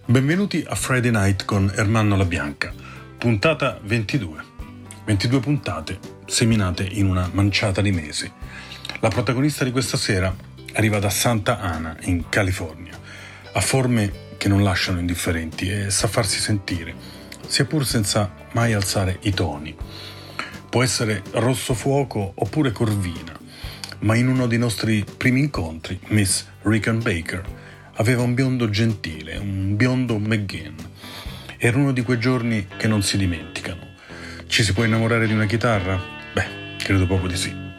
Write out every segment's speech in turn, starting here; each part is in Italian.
Benvenuti a Friday Night con Ermanno La Bianca, puntata 22. 22 puntate seminate in una manciata di mesi. La protagonista di questa sera arriva da Santa Ana, in California. Ha forme che non lasciano indifferenti e sa farsi sentire, sia pur senza mai alzare i toni. Può essere rosso fuoco oppure corvina, ma in uno dei nostri primi incontri, Miss Rickenbacker aveva un biondo gentile, un biondo McGinn. Era uno di quei giorni che non si dimenticano. Ci si può innamorare di una chitarra? Beh, credo proprio di sì.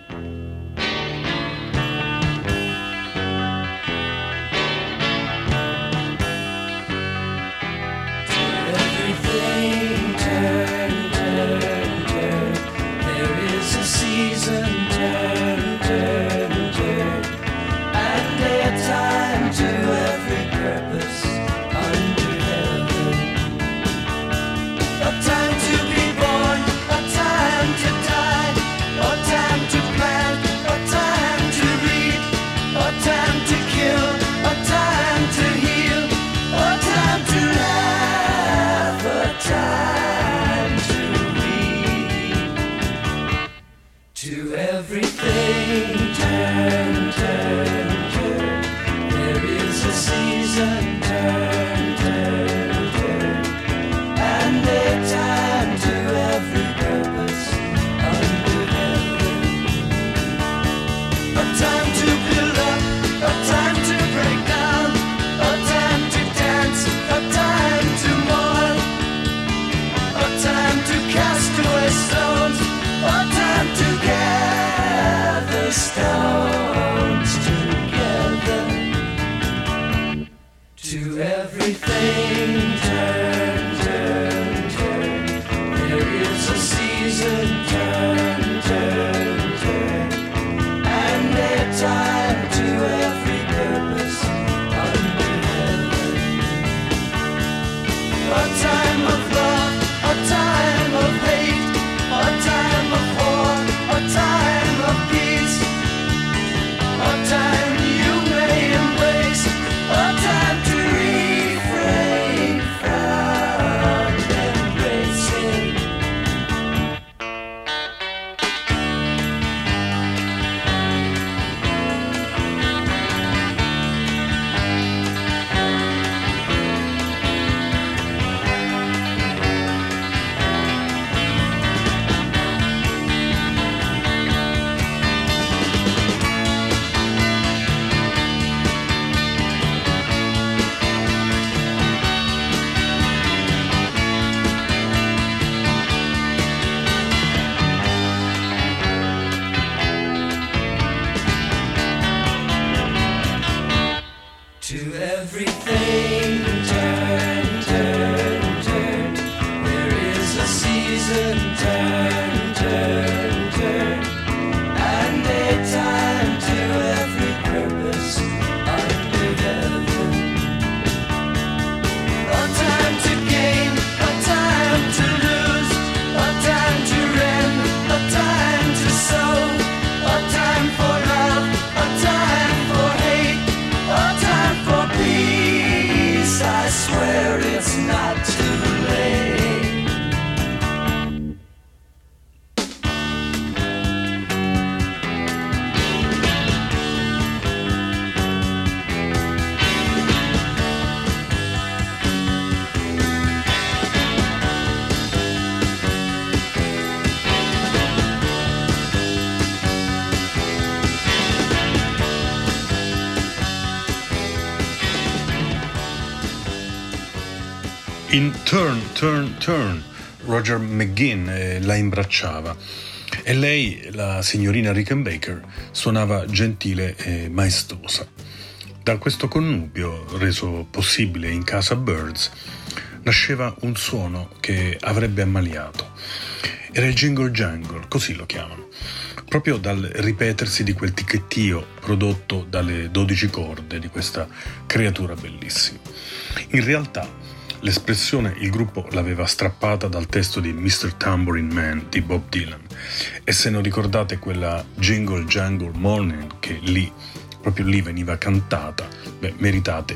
In Turn, Turn, Turn, Roger McGinn la imbracciava e lei, la signorina Rickenbacker, suonava gentile e maestosa. Da questo connubio, reso possibile in casa Birds, nasceva un suono che avrebbe ammaliato. Era il jingle jangle, così lo chiamano, proprio dal ripetersi di quel ticchettio prodotto dalle 12 corde di questa creatura bellissima. In realtà, l'espressione il gruppo l'aveva strappata dal testo di Mr. Tambourine Man di Bob Dylan, e se non ricordate quella Jingle Jangle Morning che proprio lì veniva cantata, beh, meritate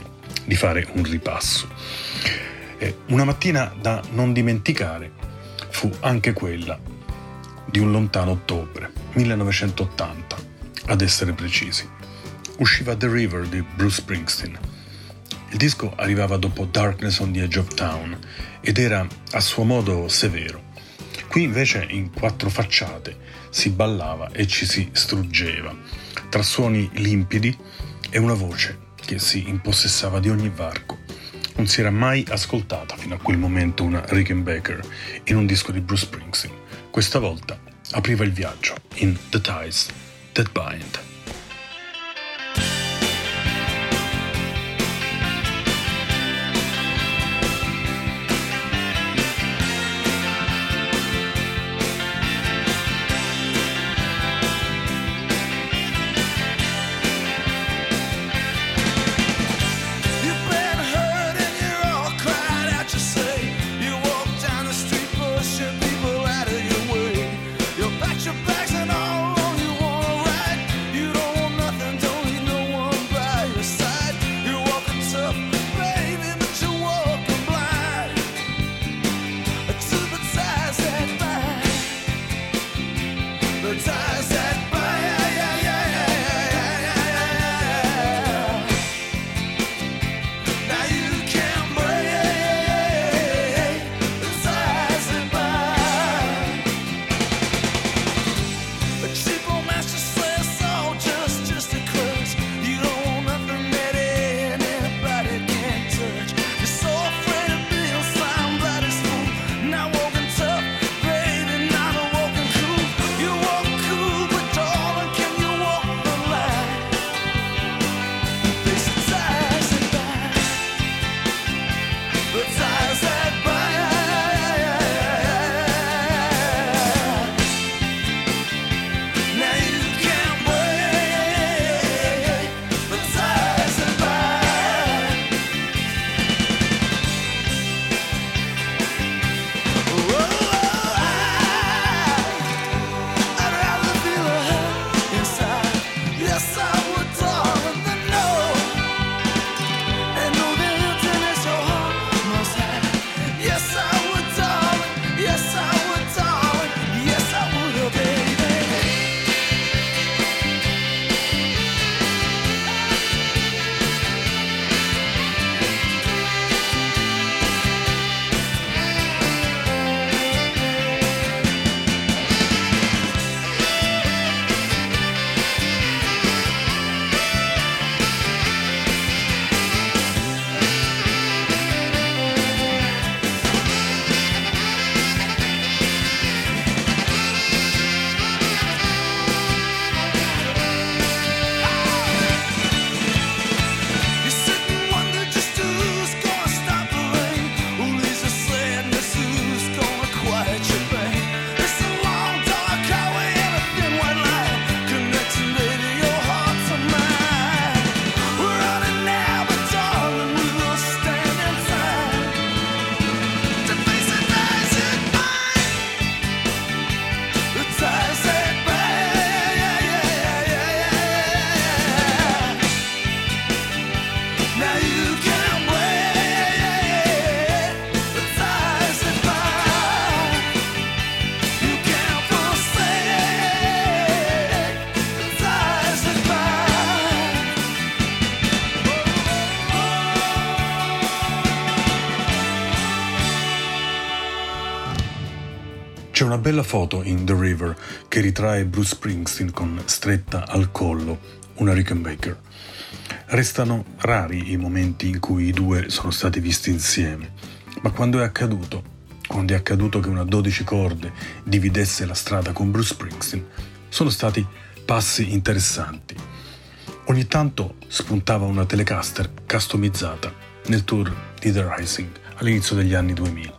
di fare un ripasso. Una mattina da non dimenticare fu anche quella di un lontano ottobre 1980, ad essere precisi. Usciva The River di Bruce Springsteen. Il disco arrivava dopo Darkness on the Edge of Town ed era a suo modo severo. Qui invece in 4 facciate si ballava e ci si struggeva, tra suoni limpidi e una voce che si impossessava di ogni varco. Non si era mai ascoltata fino a quel momento una Rickenbacker in un disco di Bruce Springsteen. Questa volta apriva il viaggio in The Ties That Bind. C'è una bella foto in The River che ritrae Bruce Springsteen con stretta al collo una Rickenbacker. Restano rari i momenti in cui i due sono stati visti insieme, ma quando è accaduto che una 12 corde dividesse la strada con Bruce Springsteen, sono stati passi interessanti. Ogni tanto spuntava una Telecaster customizzata nel tour di The Rising all'inizio degli anni 2000.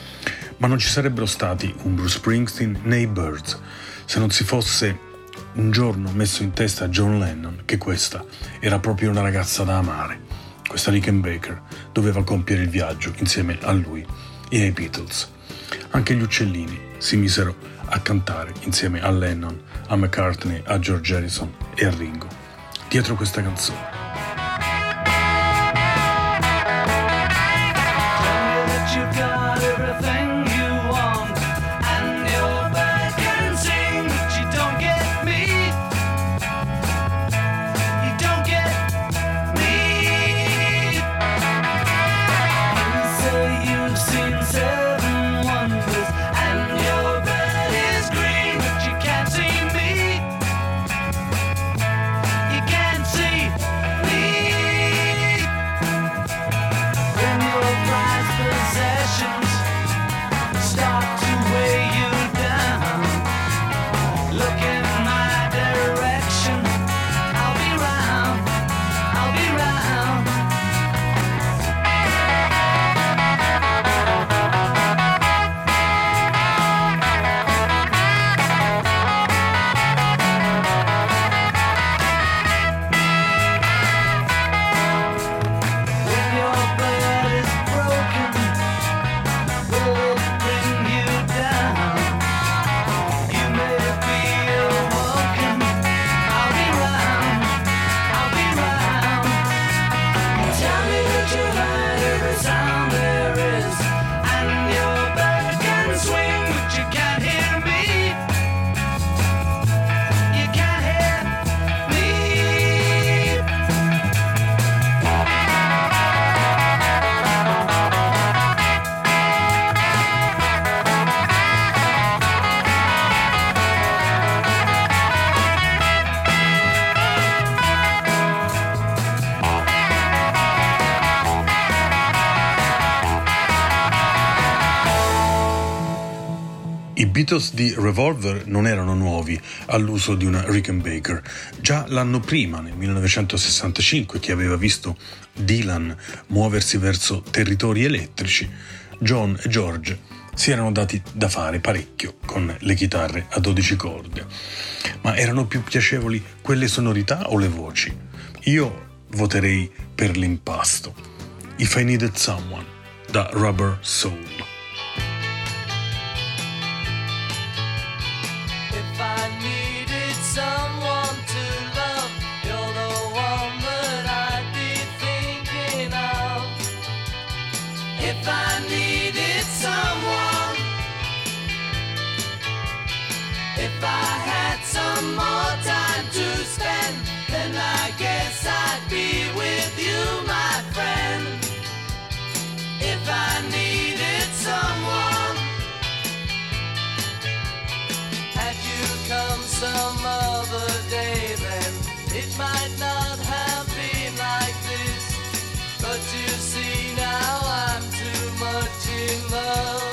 Ma non ci sarebbero stati un Bruce Springsteen né i Byrds se non si fosse un giorno messo in testa a John Lennon che questa era proprio una ragazza da amare. Questa Rickenbacker doveva compiere il viaggio insieme a lui e ai Beatles. Anche gli uccellini si misero a cantare insieme a Lennon, a McCartney, a George Harrison e a Ringo. Dietro questa canzone Beatles di Revolver non erano nuovi all'uso di una Rickenbacker. Già l'anno prima, nel 1965, che aveva visto Dylan muoversi verso territori elettrici, John e George si erano dati da fare parecchio con le chitarre a 12 corde. Ma erano più piacevoli quelle sonorità o le voci? Io voterei per l'impasto. If I Needed Someone, da Rubber Soul. If I had some more time to spend, then I guess I'd be with you, my friend. If I needed someone, had you come some other day, then it might not have been like this. But you see now I'm too much in love.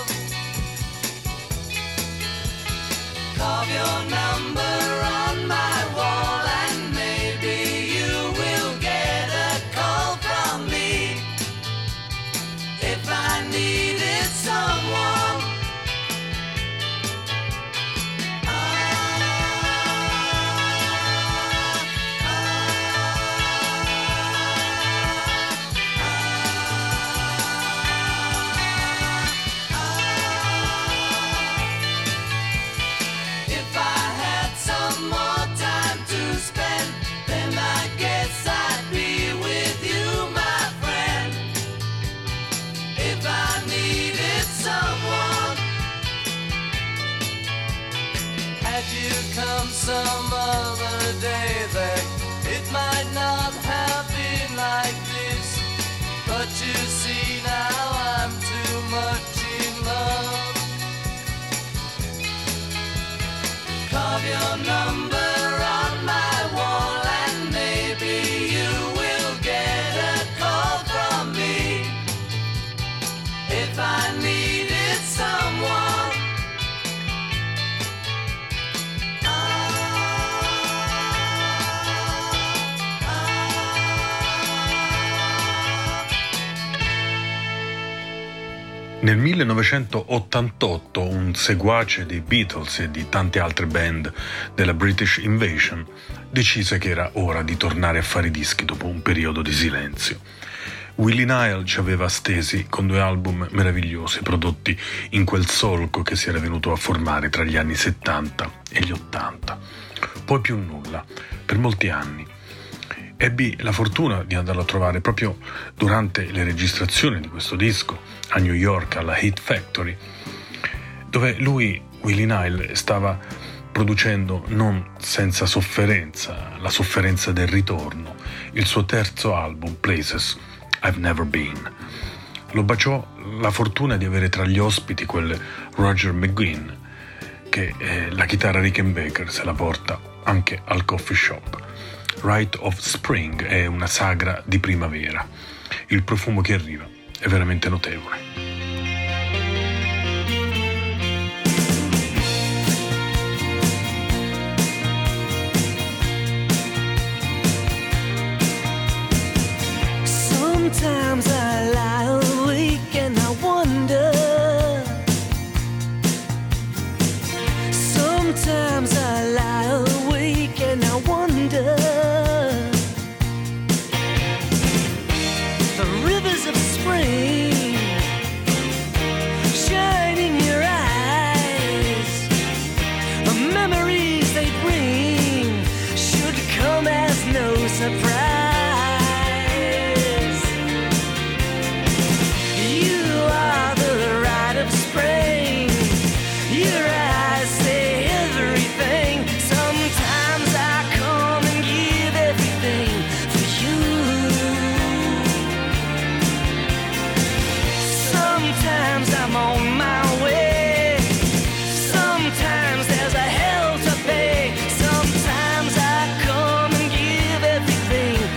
Carve your number on my wall and maybe you will get a call from me. If I needed someone, some other day that it might not have been like this. But you see now I'm too much in love. Carve your number on my wall and maybe you will get a call from me. If I needed someone, Nel 1988 un seguace dei Beatles e di tante altre band della British Invasion decise che era ora di tornare a fare dischi dopo un periodo di silenzio. Willie Nile ci aveva stesi con 2 album meravigliosi prodotti in quel solco che si era venuto a formare tra gli anni 70 e gli 80. Poi più nulla, per molti anni. Ebbi la fortuna di andarlo a trovare proprio durante le registrazioni di questo disco a New York, alla Hit Factory, dove lui, Willie Nile, stava producendo non senza sofferenza, la sofferenza del ritorno, il suo terzo album, Places I've Never Been. Lo baciò la fortuna di avere tra gli ospiti quel Roger McGuinn, che la chitarra Rickenbacker se la porta anche al coffee shop. Rite of Spring è una sagra di primavera. Il profumo che arriva è veramente notevole. sometimes I lie awake and I wonder. Sometimes I lie awake and I wonder. The rivers of spring shine in your eyes. The memories they bring should come as no surprise. Sometimes I come and give everything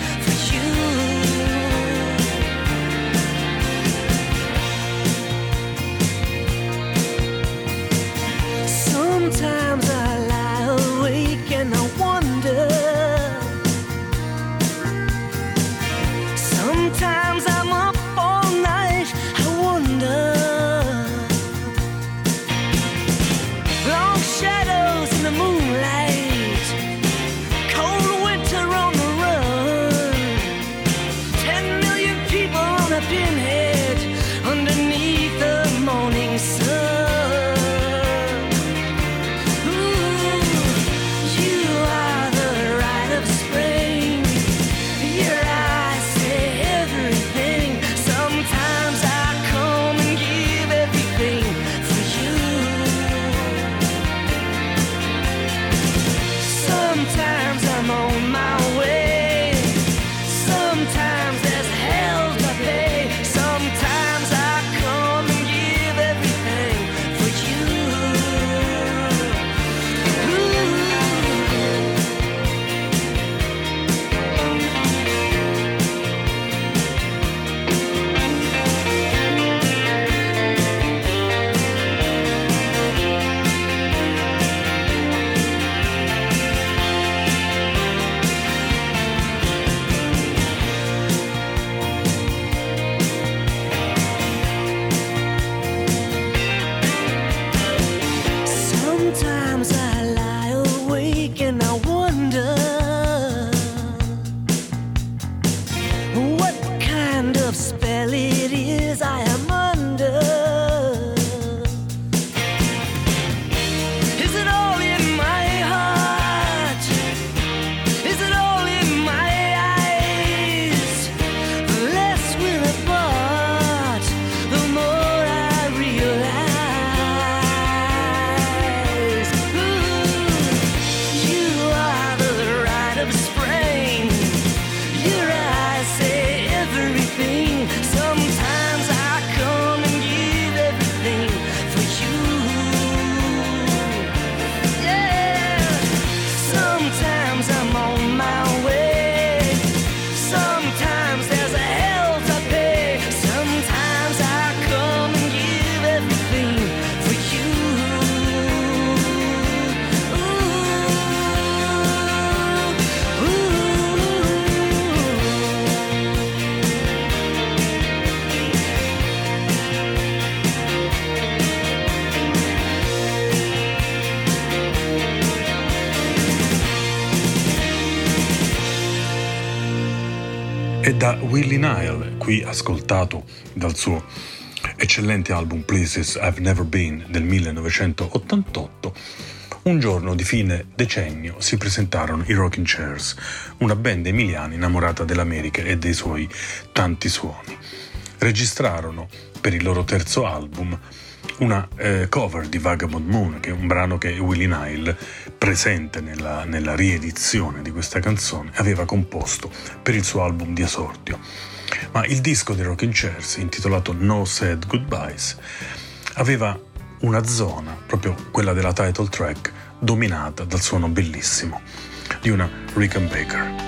E da Willie Nile, qui ascoltato dal suo eccellente album Places I've Never Been del 1988, un giorno di fine decennio si presentarono i Rocking Chairs, una band emiliana innamorata dell'America e dei suoi tanti suoni. Registrarono per il loro terzo album una cover di Vagabond Moon, che è un brano che Willie Nile, presente nella riedizione di questa canzone, aveva composto per il suo album di esordio. Ma il disco dei Rocking Chairs, intitolato No Sad Goodbyes, aveva una zona, proprio quella della title track, dominata dal suono bellissimo di una Rickenbacker.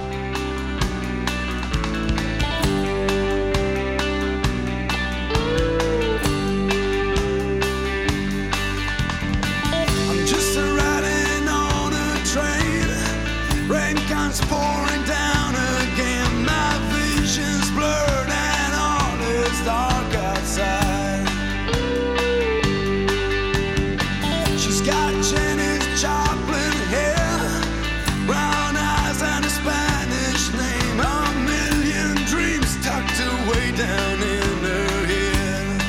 Pouring down again, my vision's blurred and all is dark outside. She's got Janis Joplin hair, brown eyes and a Spanish name, a million dreams tucked away down in her head.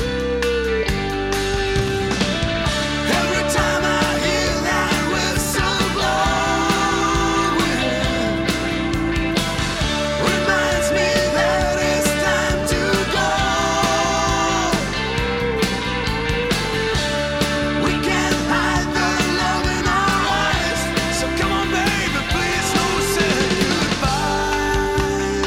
Every time I hear that whistle blow, reminds me that it's time to go. We can't hide the love in our eyes, so come on baby, please don't say goodbye.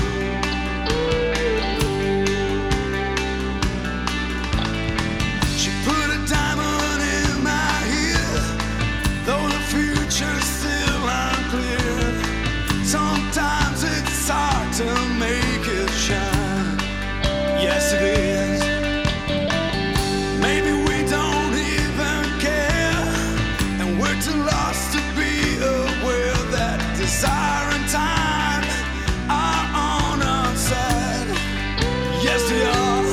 She put a diamond in my ear, though the future's still unclear. Sometimes it's hard to make it shine. Yes, it is. Maybe we don't even care, and we're too lost to be aware that desire and time are on our side. Yes, they are.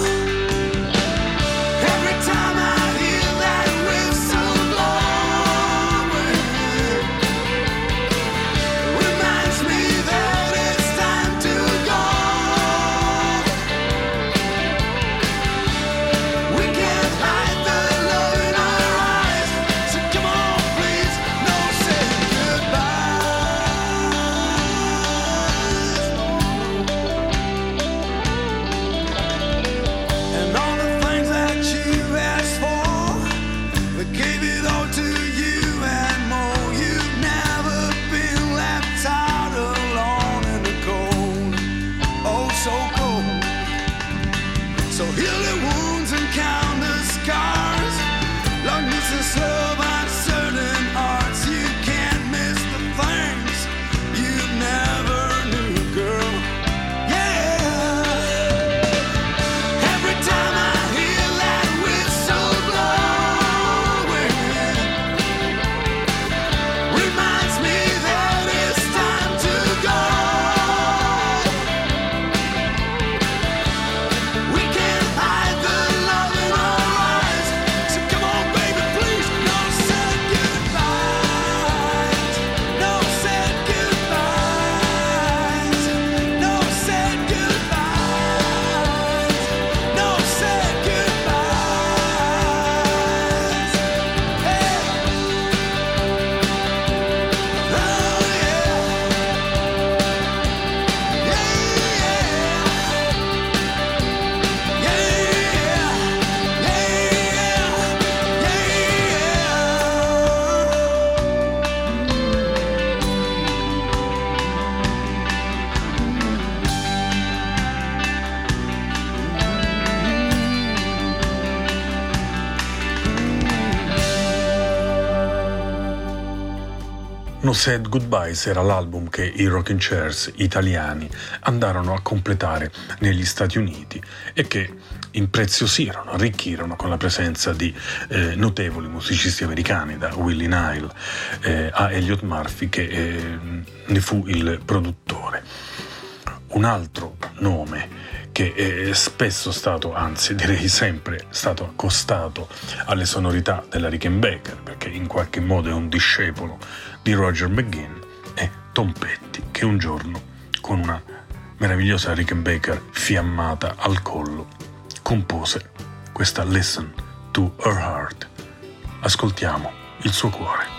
Every time I hear that whistle blowing, reminds me that it's time to go. We can't hide the love in our eyes, so come on please, no say goodbyes. And all the things that you asked for, we gave it all to you and more. You've never been left out alone in the cold, oh so cold. So heal the wounds and count the scars, long distance love on certain hearts. You can't miss the things you never knew, girl. Yeah. Every time I hear that whistle blowing, reminds me that it's time to go. We can't hide the love in our eyes, so come on baby please, no sad goodbyes. No sad goodbyes. No sad goodbyes. No sad goodbyes. Hey. Oh yeah. Yeah, No Sad Goodbyes era l'album che i Rocking Chairs italiani andarono a completare negli Stati Uniti e che impreziosirono, arricchirono con la presenza di notevoli musicisti americani, da Willie Nile a Elliot Murphy, che ne fu il produttore. Un altro nome che è spesso stato, anzi direi sempre stato accostato alle sonorità della Rickenbacker, perché in qualche modo è un discepolo di Roger McGuinn, è Tom Petty, che un giorno con una meravigliosa Rickenbacker fiammata al collo, compose questa Listen to Her Heart. Ascoltiamo il suo cuore.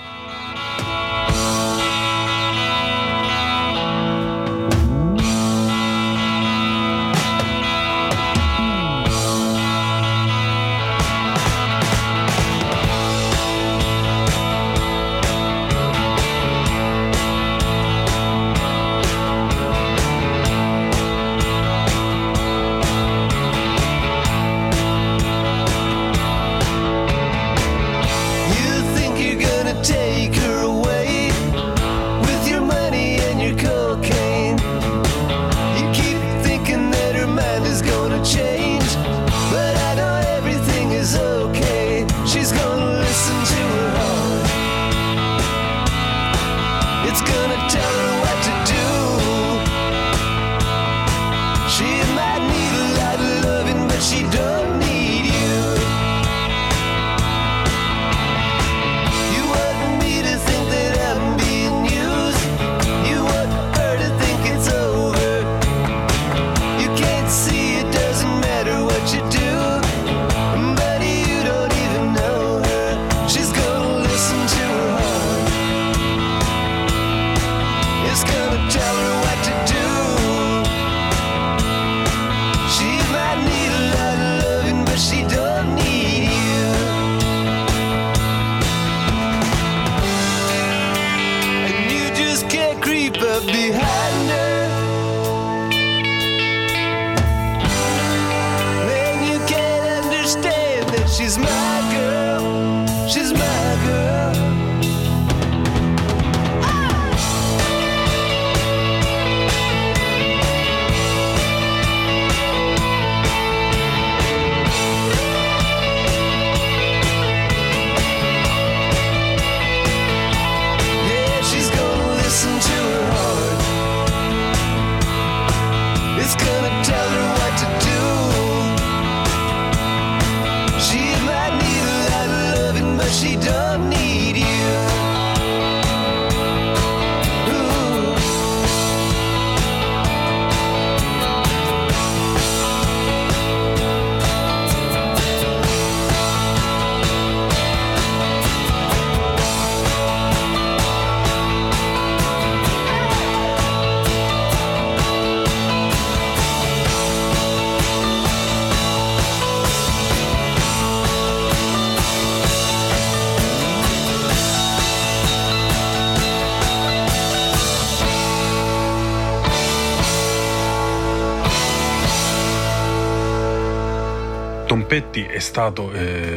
Tom Petty è stato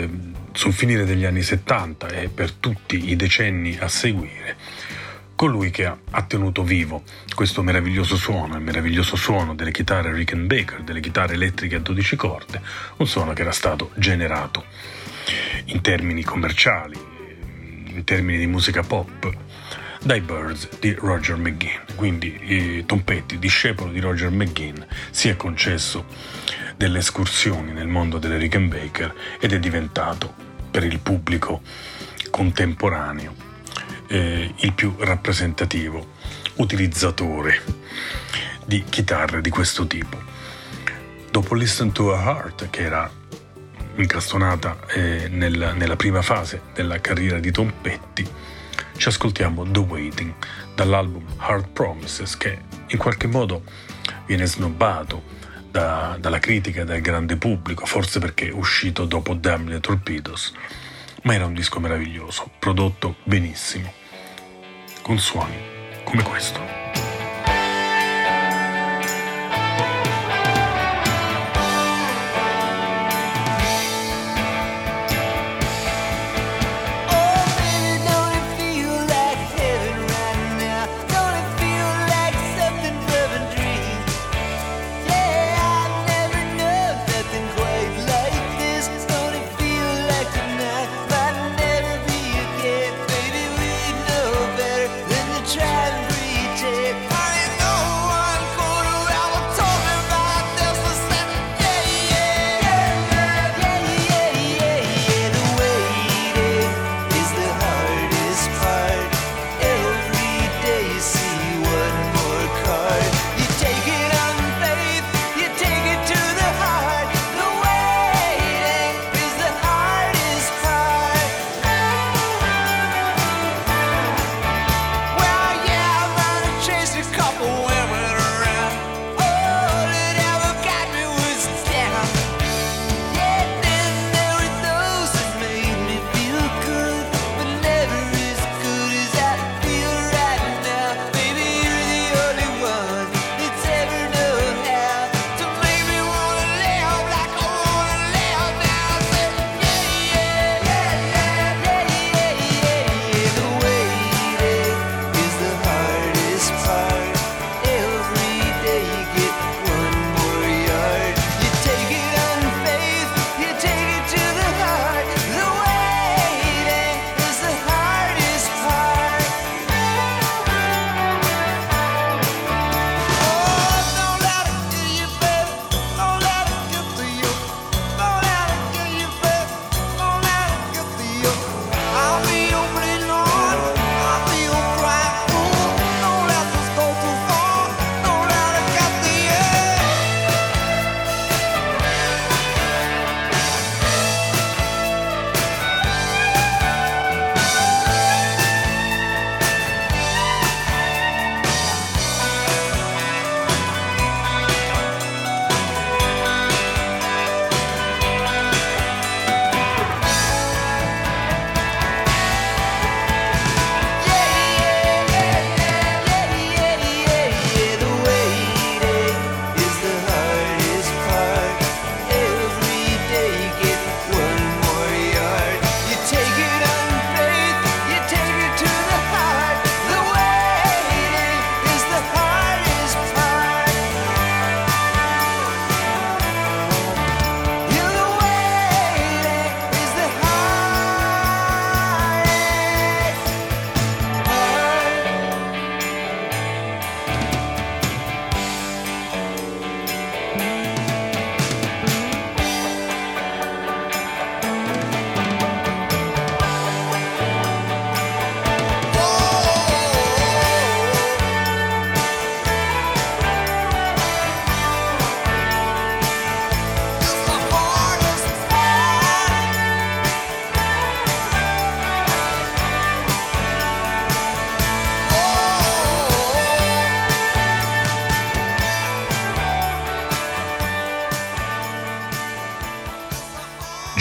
sul finire degli anni 70 e per tutti i decenni a seguire colui che ha tenuto vivo questo meraviglioso suono, il meraviglioso suono delle chitarre Rickenbacker, delle chitarre elettriche a 12 corde, un suono che era stato generato in termini commerciali, in termini di musica pop, dai Byrds di Roger McGuinn. Quindi Tom Petty, discepolo di Roger McGuinn, si è concesso delle escursioni nel mondo delle Rickenbacker ed è diventato per il pubblico contemporaneo il più rappresentativo utilizzatore di chitarre di questo tipo. Dopo Listen to Her Heart, che era incastonata nella prima fase della carriera di Tom Petty, ci ascoltiamo The Waiting dall'album Hard Promises, che in qualche modo viene snobbato dalla critica e dal grande pubblico, forse perché è uscito dopo Damn the Torpedoes, ma era un disco meraviglioso, prodotto benissimo, con suoni come questo. Try and pretend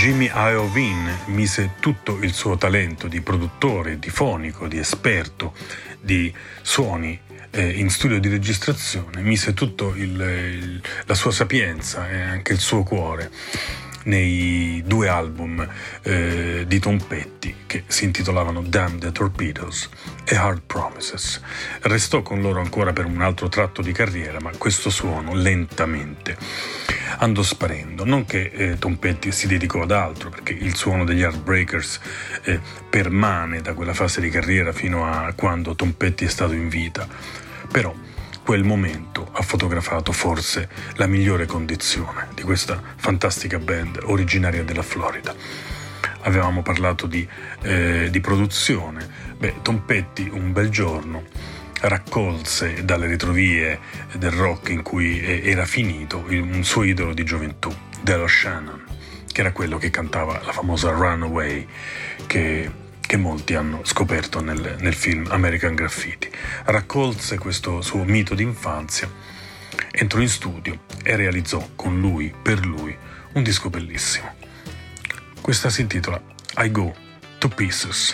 Jimmy Iovine mise tutto il suo talento di produttore, di fonico, di esperto di suoni in studio di registrazione, mise tutto la sua sapienza e anche il suo cuore nei 2 album di Tom Petty che si intitolavano Damn the Torpedoes e Hard Promises. Restò con loro ancora per un altro tratto di carriera, ma questo suono lentamente andò sparendo. Non che Tom Petty si dedicò ad altro, perché il suono degli Heartbreakers permane da quella fase di carriera fino a quando Tom Petty è stato in vita, però quel momento ha fotografato forse la migliore condizione di questa fantastica band originaria della Florida. Avevamo parlato di produzione. Tom Petty un bel giorno raccolse dalle retrovie del rock in cui era finito un suo idolo di gioventù, Delo Shannon, che era quello che cantava la famosa Runaway che molti hanno scoperto nel film American Graffiti. Raccolse questo suo mito d'infanzia, entrò in studio e realizzò con lui, per lui, un disco bellissimo. Questa si intitola I Go to Pieces.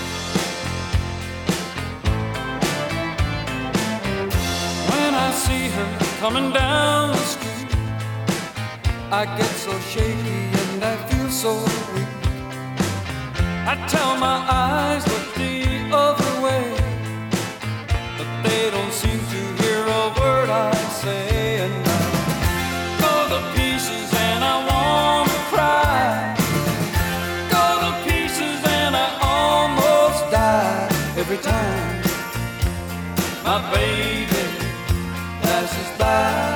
When I see her coming down the street, I get so shaky and I feel so weak. I tell my eyes look the other way, but they don't seem to hear a word I say. And I go to pieces and I want to cry. Go to pieces and I almost die every time my baby passes by.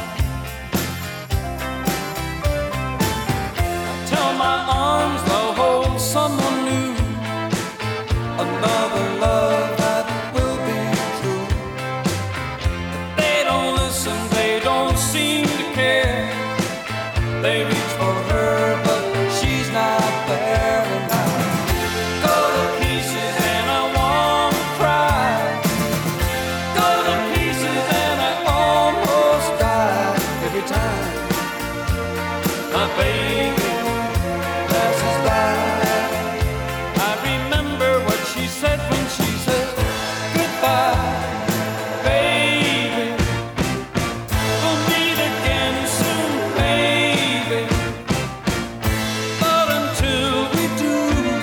I tell my arms they'll hold someone new, another love that will be true. But they don't listen, they don't seem to care. They reach for her, but she's not there. And I go to pieces and I want to cry. Go to pieces and I almost die every time my baby passes by. I remember what she said when she said goodbye, baby. We'll meet again soon, baby. But until we do,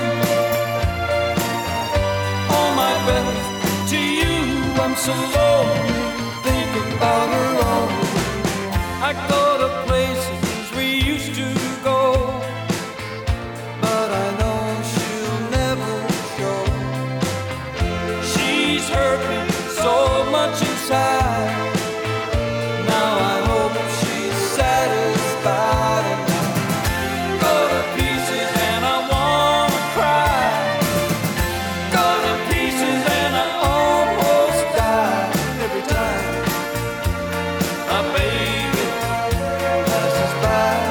all my best to you. I'm so lonely, thinking about her all the way. I go to places we used to go, but I know she'll never show. She's hurt me so much inside. Now I hope she's satisfied. And I go to pieces and I want to cry. Go to pieces and I almost die every time my baby passes by.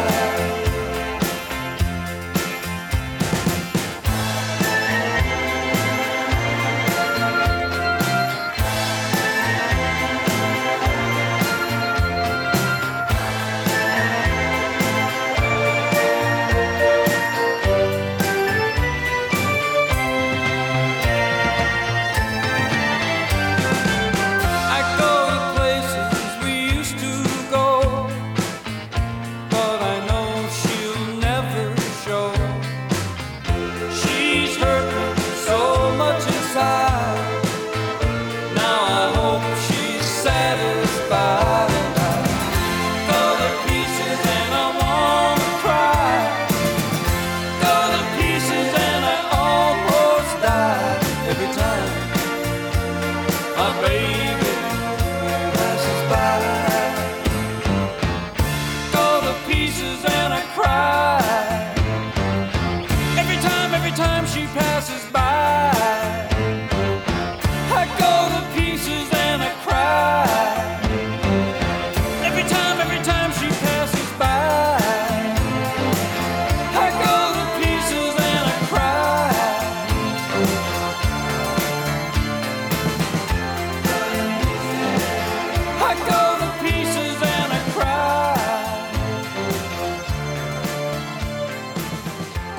I go to places we used to go, but I know she'll never show. She's hurt me so much inside. Now I hope she's satisfied. And I go to pieces and I want to cry. Go to pieces and I almost die every time my baby passes by. Go to pieces and I cry. Every time she passes by. I go to pieces and I cry.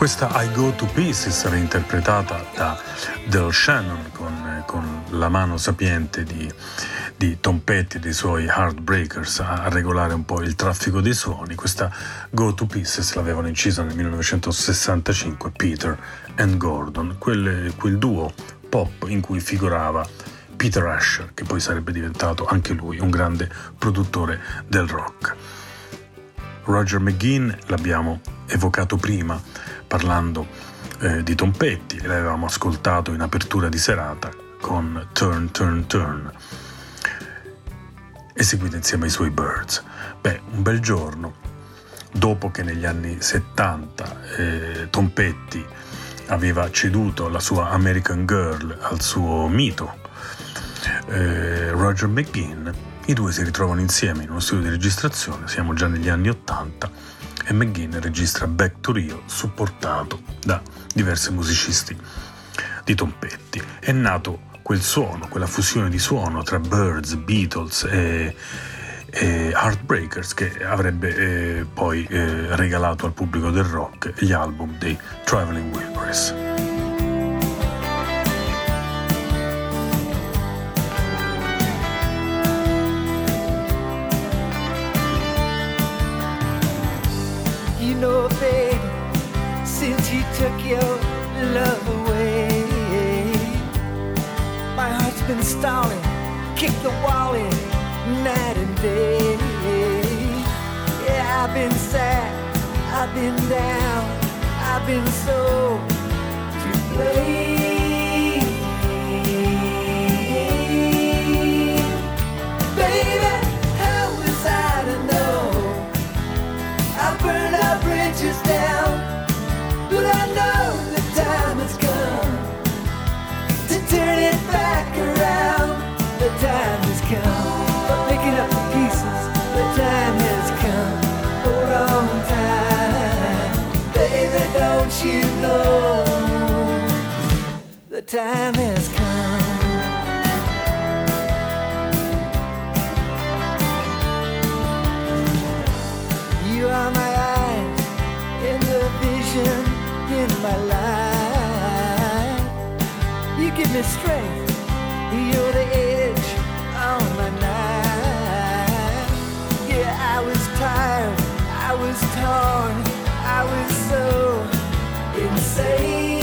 Questa I Go to Pieces, reinterpretata da Del Shannon con la mano sapiente di Tom Petty e dei suoi Heartbreakers a regolare un po' il traffico dei suoni. Questa Go to Pieces l'avevano incisa nel 1965 Peter and Gordon, quel duo pop in cui figurava Peter Asher, che poi sarebbe diventato anche lui un grande produttore del rock. Roger McGuinn l'abbiamo evocato prima parlando di Tom Petty, e l'avevamo ascoltato in apertura di serata con Turn Turn Turn, eseguita insieme ai suoi Birds. Un bel giorno, dopo che negli anni 70 Tom Petty aveva ceduto la sua American Girl al suo mito Roger McGuinn, i due si ritrovano insieme in uno studio di registrazione. Siamo già negli anni 80 e McGuinn registra Back to Rio, supportato da diversi musicisti di Tom Petty. È nato quel suono, quella fusione di suono tra Birds, Beatles e Heartbreakers, che avrebbe poi regalato al pubblico del rock gli album dei Traveling Wilburys. You know, baby, since you took your love away, my heart's been stalling, kick the wall in night and day. Yeah, I've been sad, I've been down, I've been so to blame. Baby, how was I to know? I burned our bridges down, but I know the time has come to turn it back around. The time has come for picking up the pieces. The time has come. Hold on tight, baby, don't you know? The time has come. You are my eyes and the vision in my life. You give me strength, you're the edge on my knife. Yeah, I was tired, I was torn, I was so insane.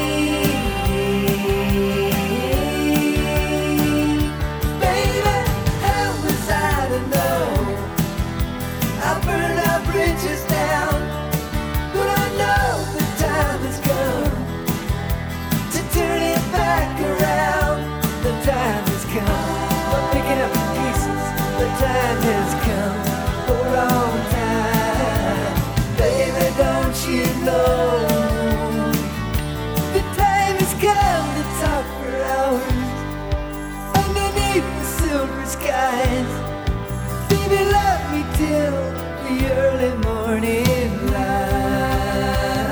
Baby, how was I to know? I burned our bridges down, but I know the time has come to turn it back around. The time has come for picking up the pieces. The time has come. Hold on tight, baby, don't you know? The time has come to talk for hours underneath the silver skies. Baby, love me till the early morning light.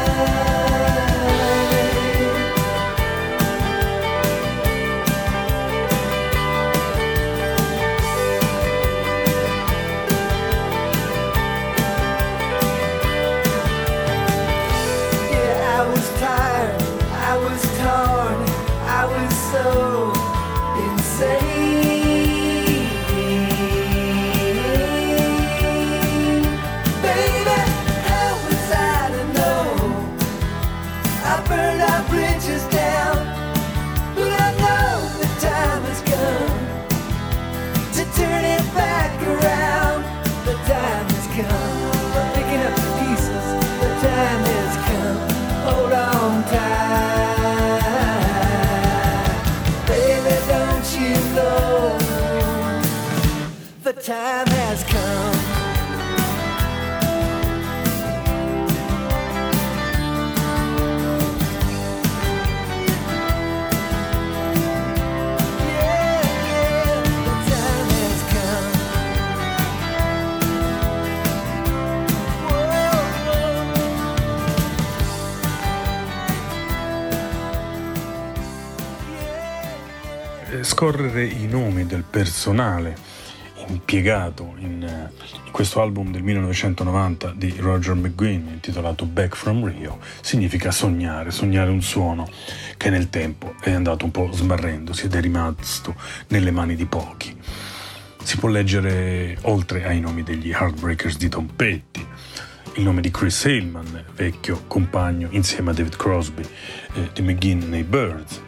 Yeah, I was tired, I was torn, I was so insane. Baby, how was I to know? I burned our bridges down, but I know the time has come to turn it back around. The time has come for picking up the pieces. The time has come. Hold on tight, baby, don't you know? The time has come. Yeah, yeah, the time has come. Whoa, Scorrere i nomi del personale impiegato in questo album del 1990 di Roger McGuinn intitolato Back from Rio significa sognare un suono che nel tempo è andato un po' smarrendosi ed è rimasto nelle mani di pochi. Si può leggere, oltre ai nomi degli Heartbreakers di Tom Petty, il nome di Chris Hillman, vecchio compagno insieme a David Crosby di McGuinn nei Byrds.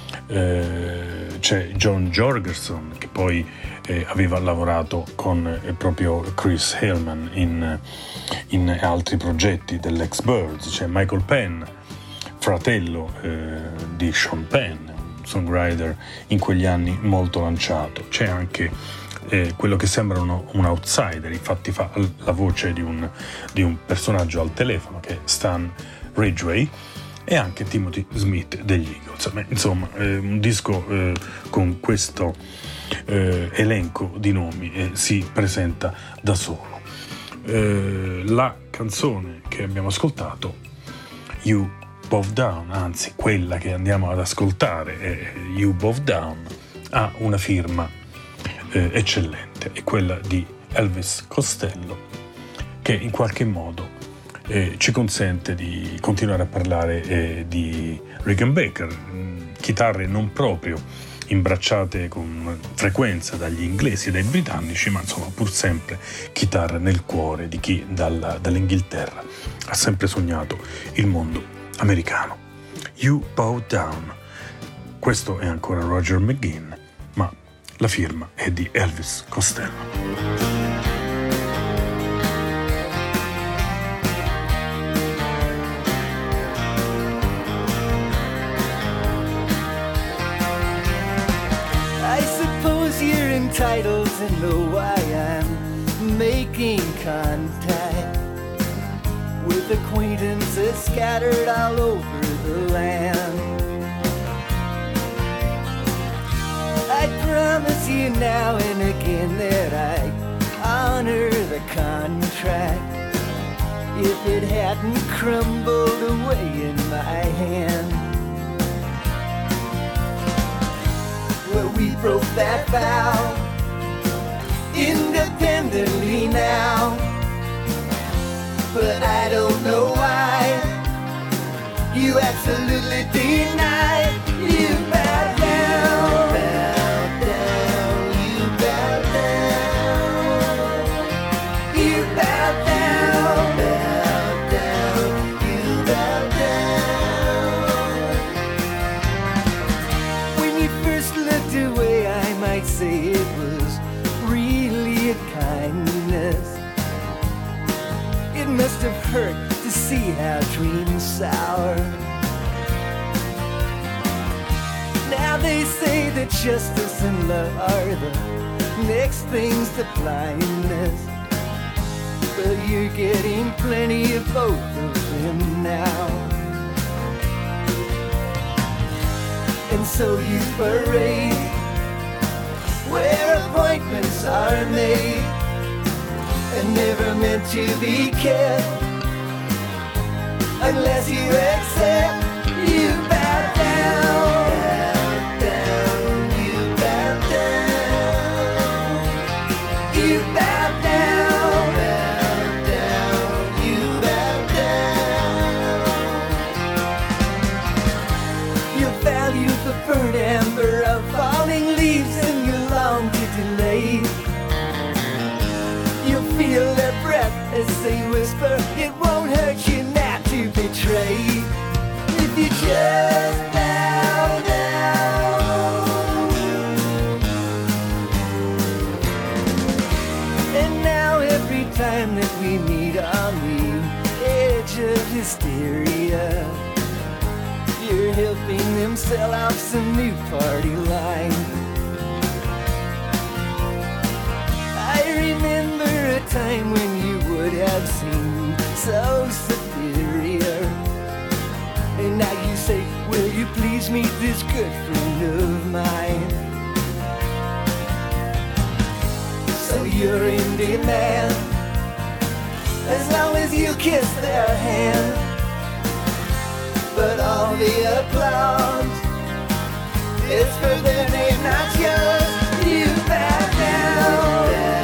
C'è John Jorgensen che poi aveva lavorato con proprio Chris Hillman in altri progetti dell'ex Byrds. C'è Michael Penn, fratello di Sean Penn, songwriter in quegli anni molto lanciato. C'è anche quello che sembra un outsider, infatti fa la voce di un personaggio al telefono che è Stan Ridgway, e anche Timothy Smith degli Eagles. Insomma, un disco con questo elenco di nomi si presenta da solo. La canzone che abbiamo ascoltato, You Bow Down, anzi quella che andiamo ad ascoltare, You Bow Down, ha una firma eccellente, è quella di Elvis Costello, che in qualche modo ci consente di continuare a parlare di Rickenbacker, chitarre non proprio imbracciate con frequenza dagli inglesi e dai britannici, ma insomma pur sempre chitarra nel cuore di chi dall'Inghilterra ha sempre sognato il mondo americano. You Bow Down, questo è ancora Roger McGuinn, ma la firma è di Elvis Costello. Entitled to know why I'm making contact with acquaintances scattered all over the land. I promise you now and again that I honor the contract if it hadn't crumbled away in my hand. Well, we broke that vow independently now, but I don't know why you absolutely deny. You bow down, bow down, you bow down, you bow down, bow down, you bow down. When you first looked away, I might say it was really a kindness. It must have hurt to see how dreams sour. Now they say that justice and love are the next things to blindness, but you're getting plenty of both of them now. And so you parade where appointments are made and never meant to be kept unless you accept. You bow down, bow down, you bow down, you bow down, bow down, you bow down. You value the burnt amber of falling leaves and you long to delay. You feel their breath as they whisper, it won't hurt you not to betray. If you just bow down. And now every time that we meet on the edge of hysteria, you're helping them sell off some new party line. I remember a time when you would have seemed so superior, and now you say, will you please meet this good friend of mine? So you're in demand as long as you kiss their hand, but all the applause is for their name, not yours. You bow down.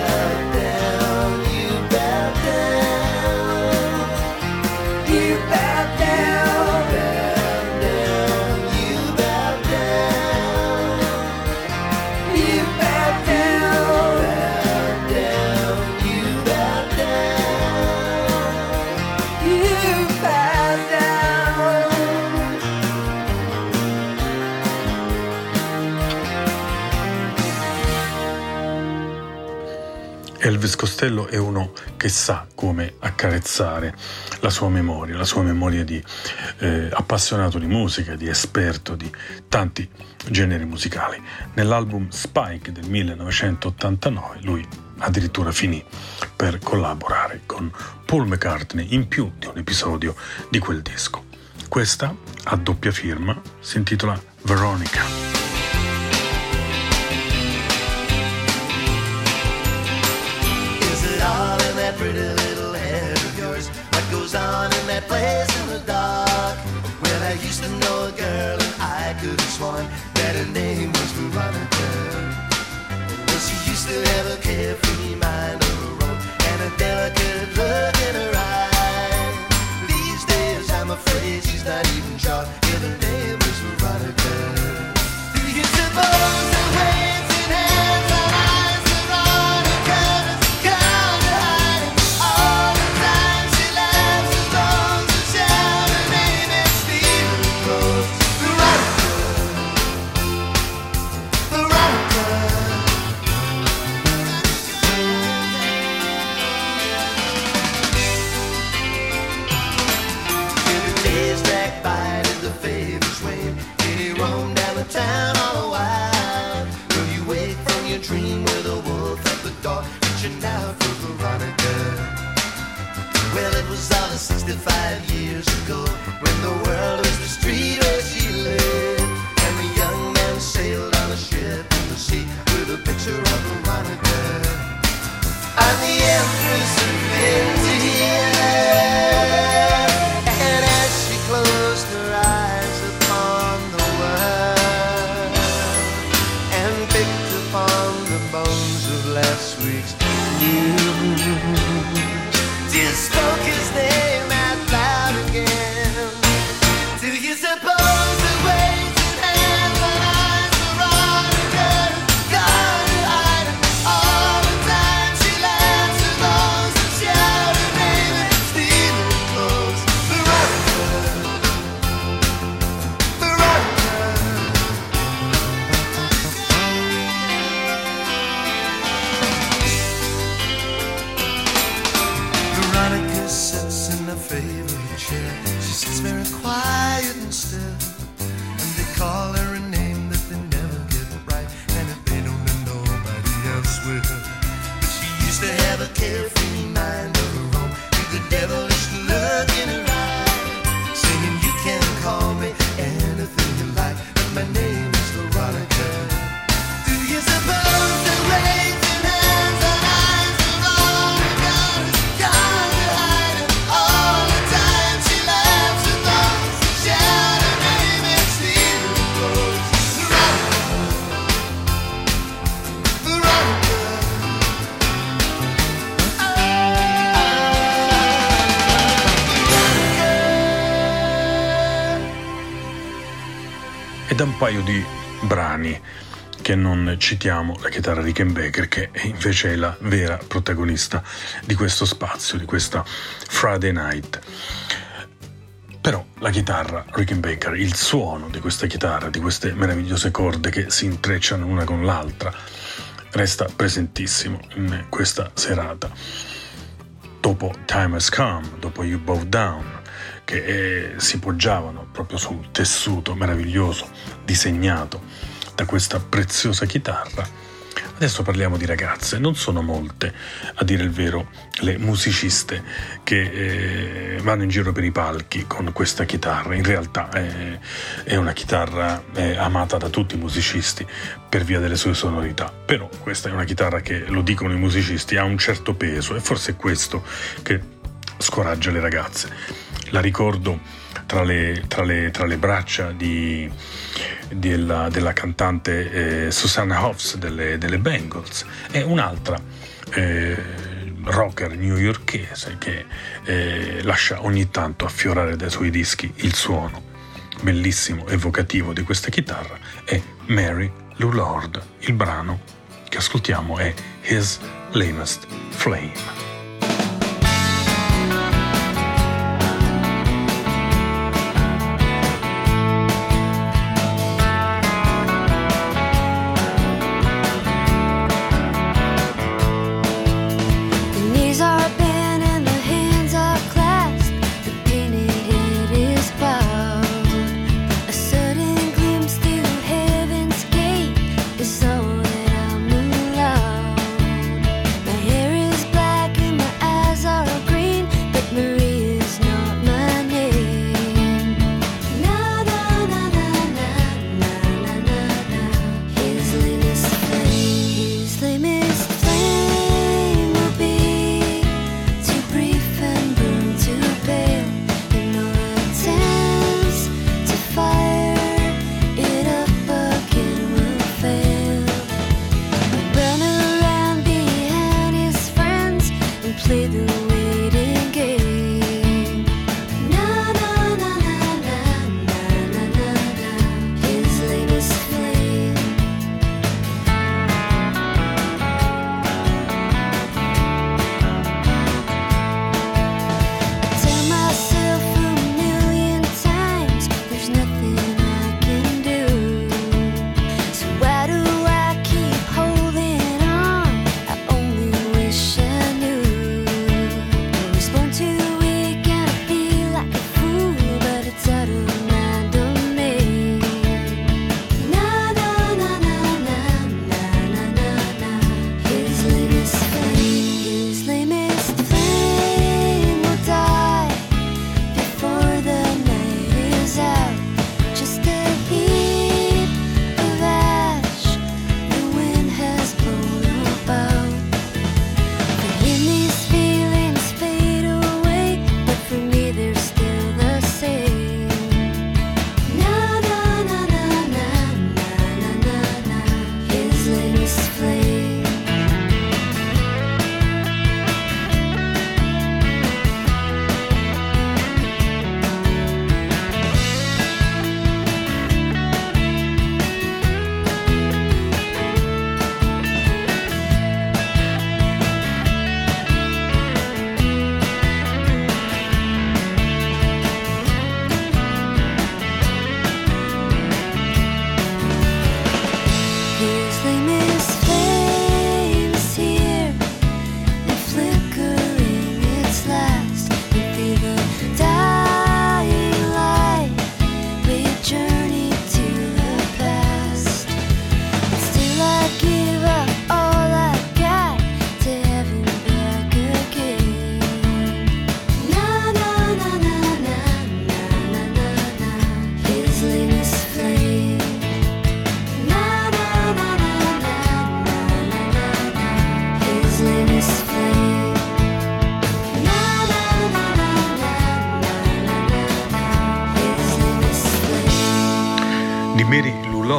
Elvis Costello è uno che sa come accarezzare la sua memoria di appassionato di musica, di esperto di tanti generi musicali. Nell'album Spike del 1989 lui addirittura finì per collaborare con Paul McCartney in più di un episodio di quel disco. Questa, a doppia firma, si intitola Veronica. All in that pretty little head of yours. What goes on in that place in the dark? Well, I used to know a girl and I could have sworn that her name was Veronica. Well, she used to have a carefree mind of her own and a delicate look in her eye. These days I'm afraid she's not even sure if her name was Veronica. Do you suppose the waves in hands are eyes Veronica's? Town all a while. Will you wake from your dream with a wolf at the door, reaching out for Veronica? Well, it was all 65 years ago, when the world was the street where she lived, and the young man sailed on a ship in the sea with a picture of Veronica on the Empress of India. And as she closed her eyes upon the world, on the bones of last week's news, just spoke his name out loud again. Do you suppose the waves and hands and eyes Veronica gone to hide all the time she laughs at those who shout her name and steal her clothes? Veronica, Veronica. Veronica sits in a favorite chair. She sits very quiet and still, and they call her a name that they never get right, and if they don't, then nobody else will. But she used to have a carefree mind of her own, with the devilish look in her eye, singing, you can call me anything you like, but my name is Veronica. Do you suppose the waves and hands and eyes Veronica gone to hide it all the time she laughs at those who shout her name and steal her clothes? Veronica, Veronica. E da un paio di brani che non citiamo la chitarra Rickenbacker, che invece è la vera protagonista di questo spazio, di questa Friday Night. Però la chitarra Rickenbacker, il suono di questa chitarra, di queste meravigliose corde che si intrecciano una con l'altra, resta presentissimo in questa serata. Dopo Time Has Come, dopo You Bow Down, che si poggiavano proprio sul tessuto meraviglioso disegnato da questa preziosa chitarra. Adesso parliamo di ragazze. Non sono molte, a dire il vero, le musiciste che vanno in giro per i palchi con questa chitarra. In realtà è una chitarra amata da tutti i musicisti per via delle sue sonorità, però questa è una chitarra che, lo dicono i musicisti, ha un certo peso, e forse è questo che scoraggia le ragazze. La ricordo tra le braccia della cantante Susanna Hoffs delle Bangles, e un'altra rocker newyorkese che lascia ogni tanto affiorare dai suoi dischi il suono bellissimo, evocativo di questa chitarra, è Mary Lou Lord. Il brano che ascoltiamo è His Lamest Flame.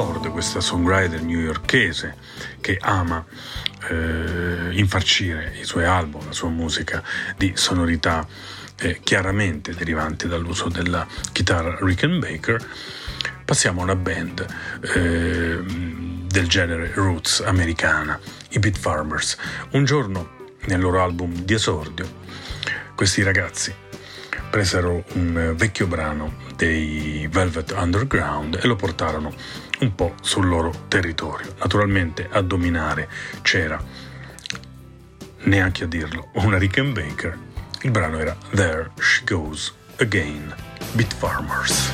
Ford, questa songwriter newyorkese che ama infarcire i suoi album, la sua musica di sonorità chiaramente derivanti dall'uso della chitarra Rickenbacker, passiamo a una band del genere roots americana, i Beat Farmers. Un giorno, nel loro album di esordio, questi ragazzi presero un vecchio brano dei Velvet Underground e lo portarono un po' sul loro territorio. Naturalmente a dominare c'era, neanche a dirlo, una Rickenbacker. Il brano era There She Goes Again, Beat Farmers.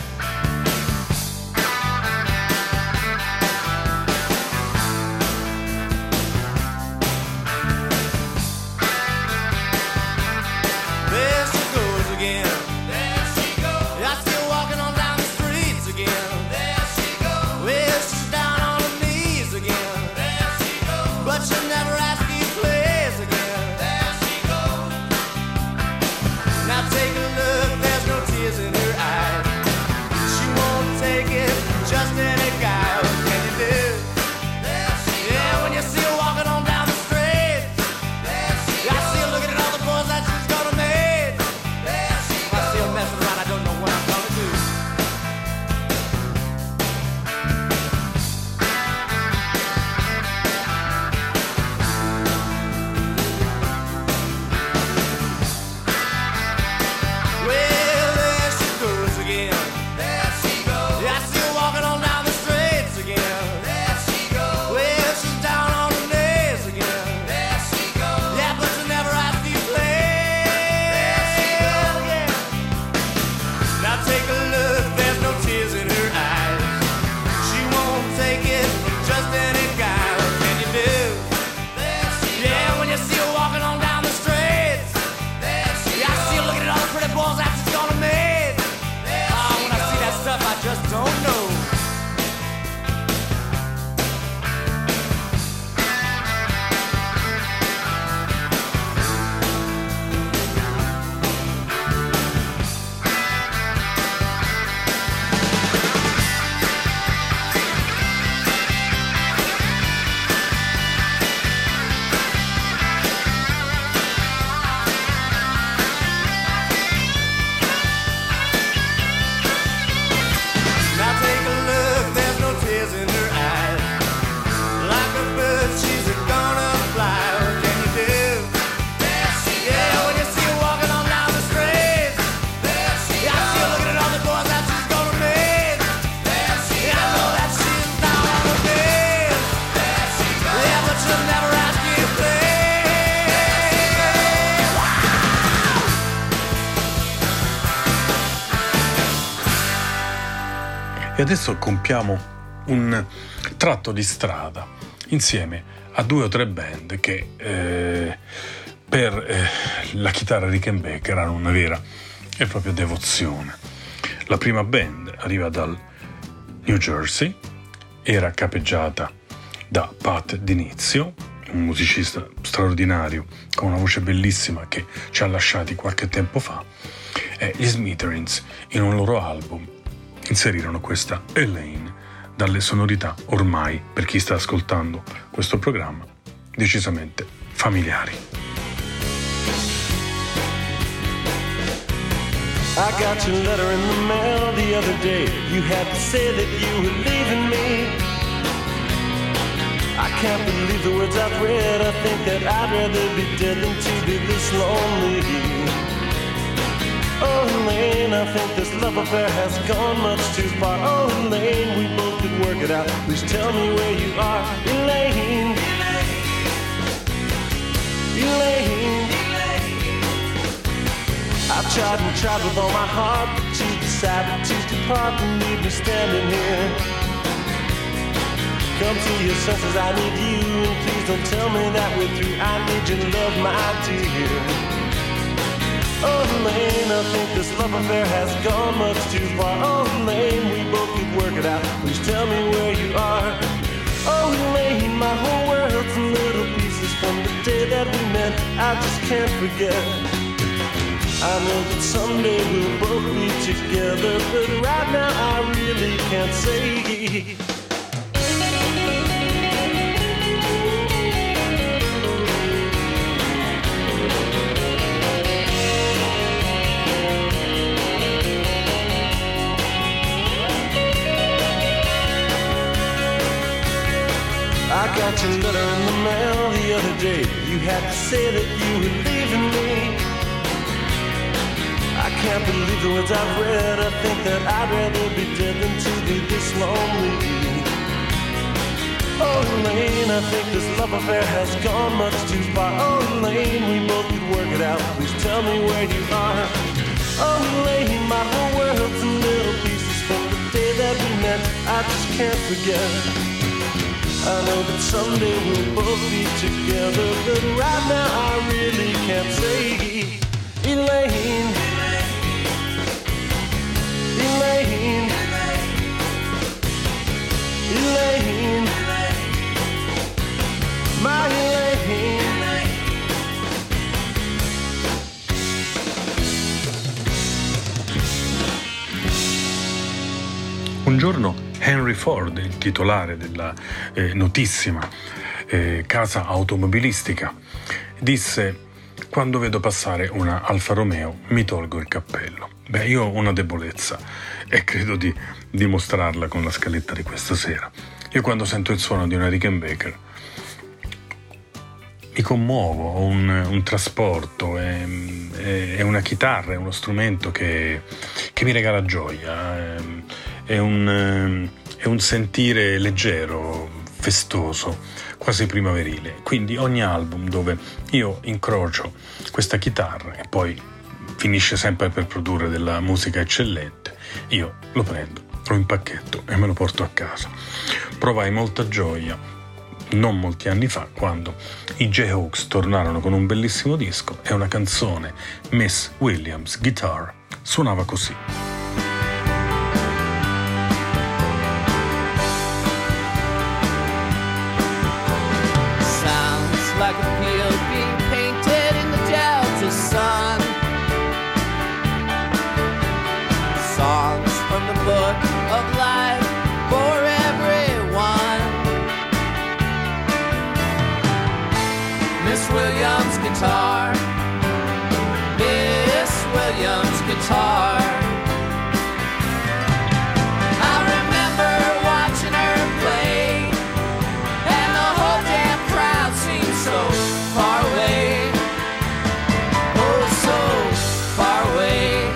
E adesso compiamo un tratto di strada insieme a 2 o 3 band che per la chitarra Rickenbacker hanno una vera e propria devozione. La prima band arriva dal New Jersey, era capeggiata da Pat D'Inizio, un musicista straordinario con una voce bellissima che ci ha lasciati qualche tempo fa, e gli Smithereens in un loro album inserirono questa Elaine dalle sonorità ormai, per chi sta ascoltando questo programma, decisamente familiari. I got your letter in the mail the other day. You had to say that you were leaving me. I can't believe the words I've read. I think that I'd rather be dead than to be this lonely. Oh, Elaine, I think this love affair has gone much too far. Oh, Elaine, we both could work it out. Please tell me where you are, Elaine. Elaine. I've tried and tried with all my heart, but you decided to depart and leave me standing here. Come to your senses, I need you, and please don't tell me that we're through. I need your love, my dear. Oh, Elaine, I think this love affair has gone much too far. Oh, Elaine, we both could work it out. Please tell me where you are. Oh, Elaine, my whole world's in little pieces from the day that we met. I just can't forget. I know that someday we'll both be together, but right now I really can't say. you had to say that you were leaving me. I can't believe the words I've read. I think that I'd rather be dead than to be this lonely. Oh, Elaine, I think this love affair has gone much too far. Oh, Elaine, we both could work it out. Please tell me where you are. Oh, Elaine, my whole world's in little pieces from the day that we met. I just can't forget. I know that someday we'll both be together, but right now I really can't say. Elaine, Elaine, Elaine, my Elaine. Un giorno Henry Ford, il titolare della notissima casa automobilistica, disse: quando vedo passare una Alfa Romeo mi tolgo il cappello. Beh, io ho una debolezza e credo di dimostrarla con la scaletta di questa sera. Io quando sento il suono di una Rickenbacker mi commuovo, ho un trasporto, è una chitarra, è uno strumento che mi regala gioia, è un sentire leggero, festoso, quasi primaverile. Quindi ogni album dove io incrocio questa chitarra e poi finisce sempre per produrre della musica eccellente, io lo prendo, lo impacchetto e me lo porto a casa. Provai molta gioia non molti anni fa quando i Jayhawks tornarono con un bellissimo disco e una canzone, Miss Williams Guitar, suonava così. Sounds like a field being painted in the Delta sun. Songs from the book of life for everyone. Miss Williams guitar, Miss Williams guitar. I remember watching her play, and the whole damn crowd seemed so far away, oh so far away.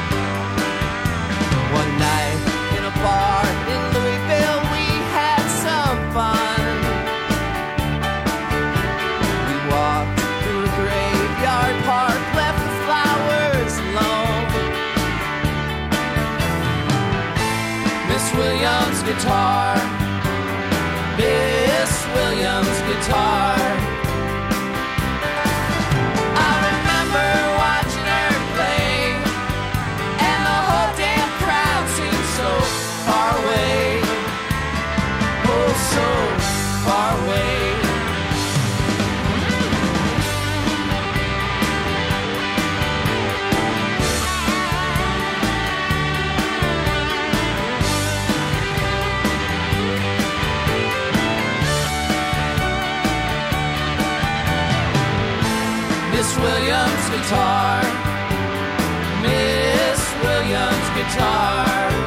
One night in a bar in Louisville we had some fun. We walked through a graveyard park, left the flowers alone. Miss Williams guitar, Miss Williams guitar. I remember watching her play, and the whole damn crowd seemed so far away, oh so far away. Miss Williams guitar, Miss Williams guitar.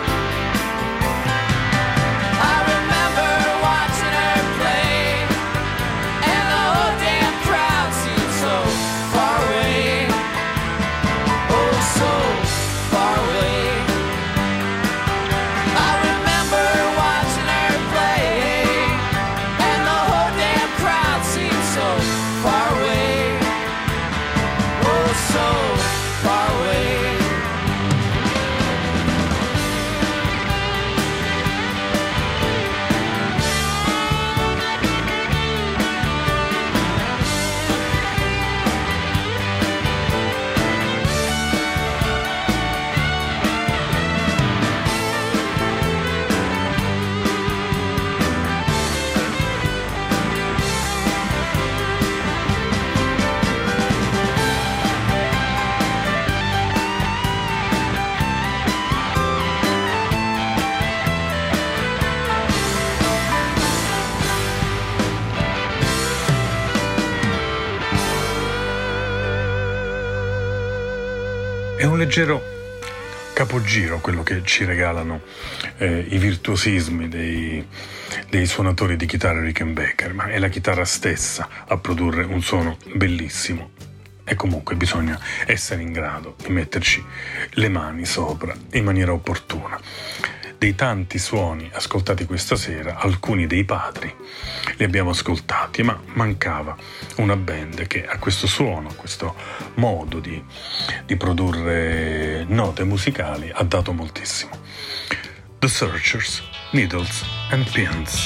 I remember watching her play, and the whole damn crowd seemed so far away, oh so far away. I remember watching her play, and the whole damn crowd seemed so far away, oh so far away. È un leggero capogiro quello che ci regalano i virtuosismi dei suonatori di chitarra Rickenbacker, ma è la chitarra stessa a produrre un suono bellissimo. E comunque bisogna essere in grado di metterci le mani sopra in maniera opportuna. Dei tanti suoni ascoltati questa sera, alcuni dei padri li abbiamo ascoltati, ma mancava una band che a questo suono, a questo modo di produrre note musicali ha dato moltissimo. The Searchers, Needles and Pins.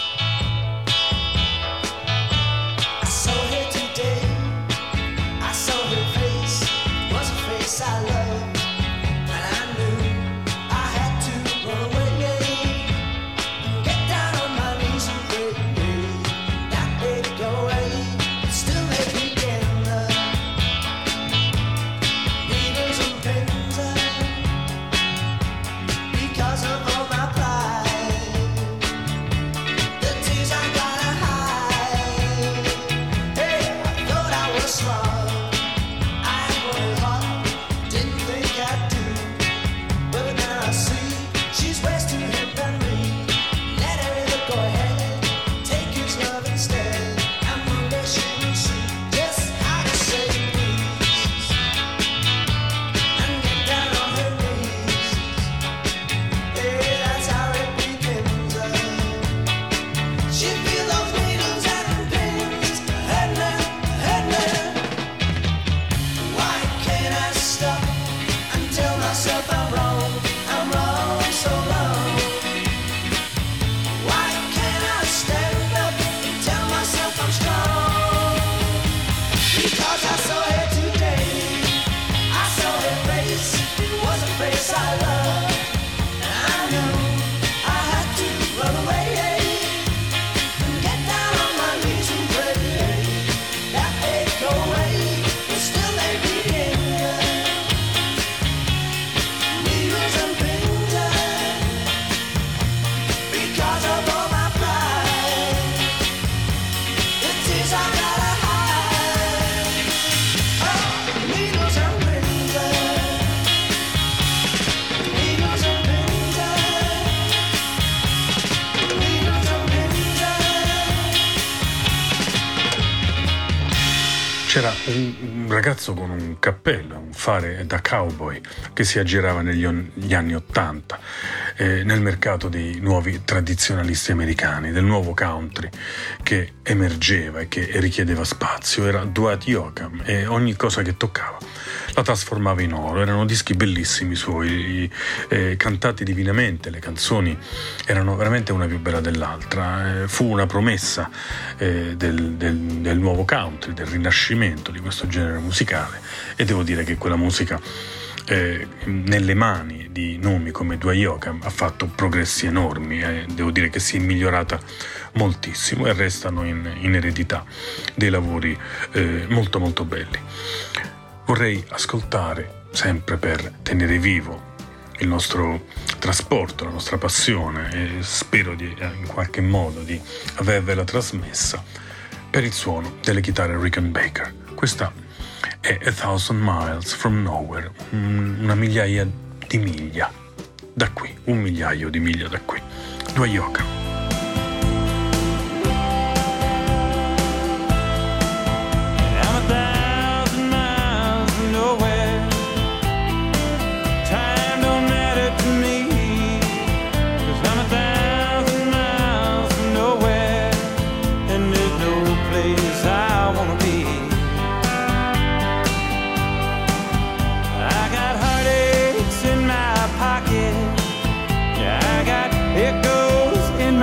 C'era un ragazzo con un cappello, un fare da cowboy, che si aggirava negli anni '80 nel mercato dei nuovi tradizionalisti americani, del nuovo country che emergeva e che richiedeva spazio. Era Dwight Yoakam e ogni cosa che toccava la trasformava in oro. Erano dischi bellissimi suoi, cantati divinamente, le canzoni erano veramente una più bella dell'altra. Fu una promessa del nuovo country, del rinascimento di questo genere musicale, e devo dire che quella musica nelle mani di nomi come Dwight Yoakam ha fatto progressi enormi, devo dire che si è migliorata moltissimo e restano in eredità dei lavori molto molto belli. Vorrei ascoltare, sempre per tenere vivo il nostro trasporto, la nostra passione, e spero in qualche modo di avervela trasmessa, per il suono delle chitarre Rickenbacker. Questa è A Thousand Miles from Nowhere, una migliaia di miglia da qui, un migliaio di miglia da qui. Dwight Yoakam. It goes in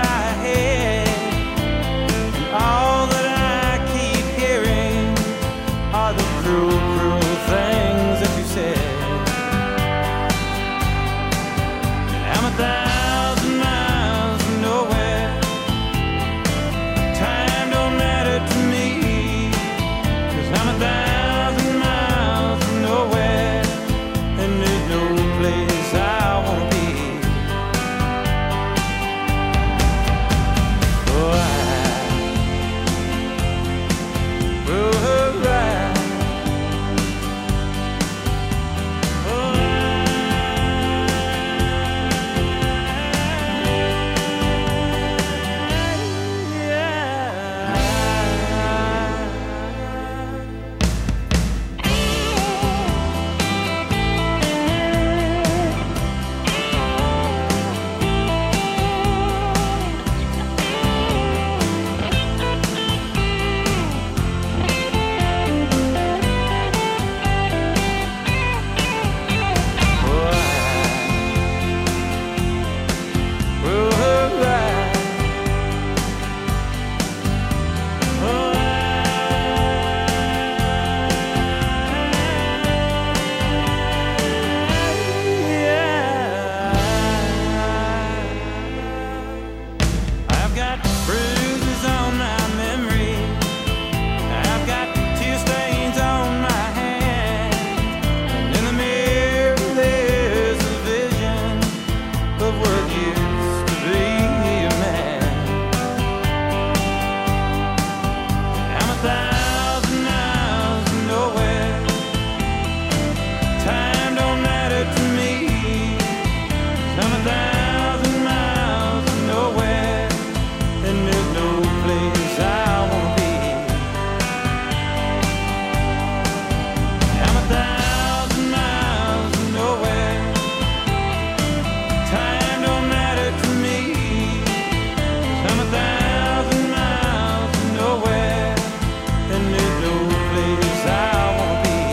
no place I wanna be.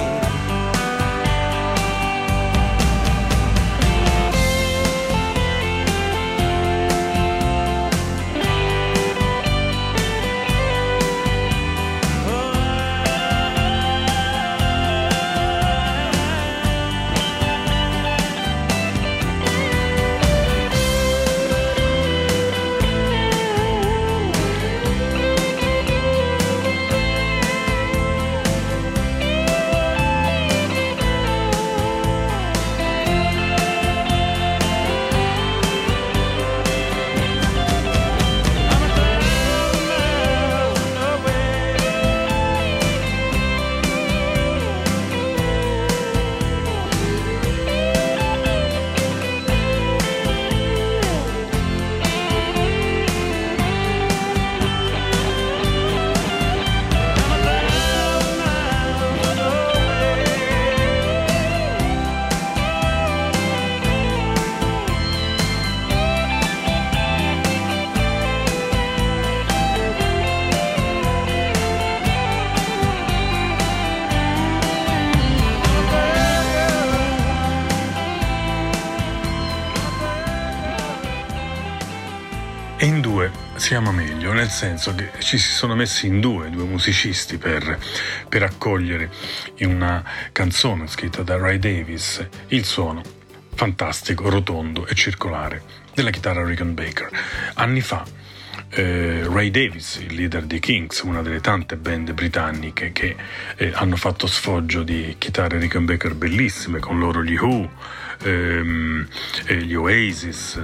E in due si ama meglio, nel senso che ci si sono messi in due musicisti per accogliere in una canzone scritta da Ray Davies il suono fantastico, rotondo e circolare della chitarra Rickenbacker. Anni fa Ray Davies, il leader dei Kinks, una delle tante band britanniche che hanno fatto sfoggio di chitarre Rickenbacker bellissime, con loro gli Who, gli Oasis,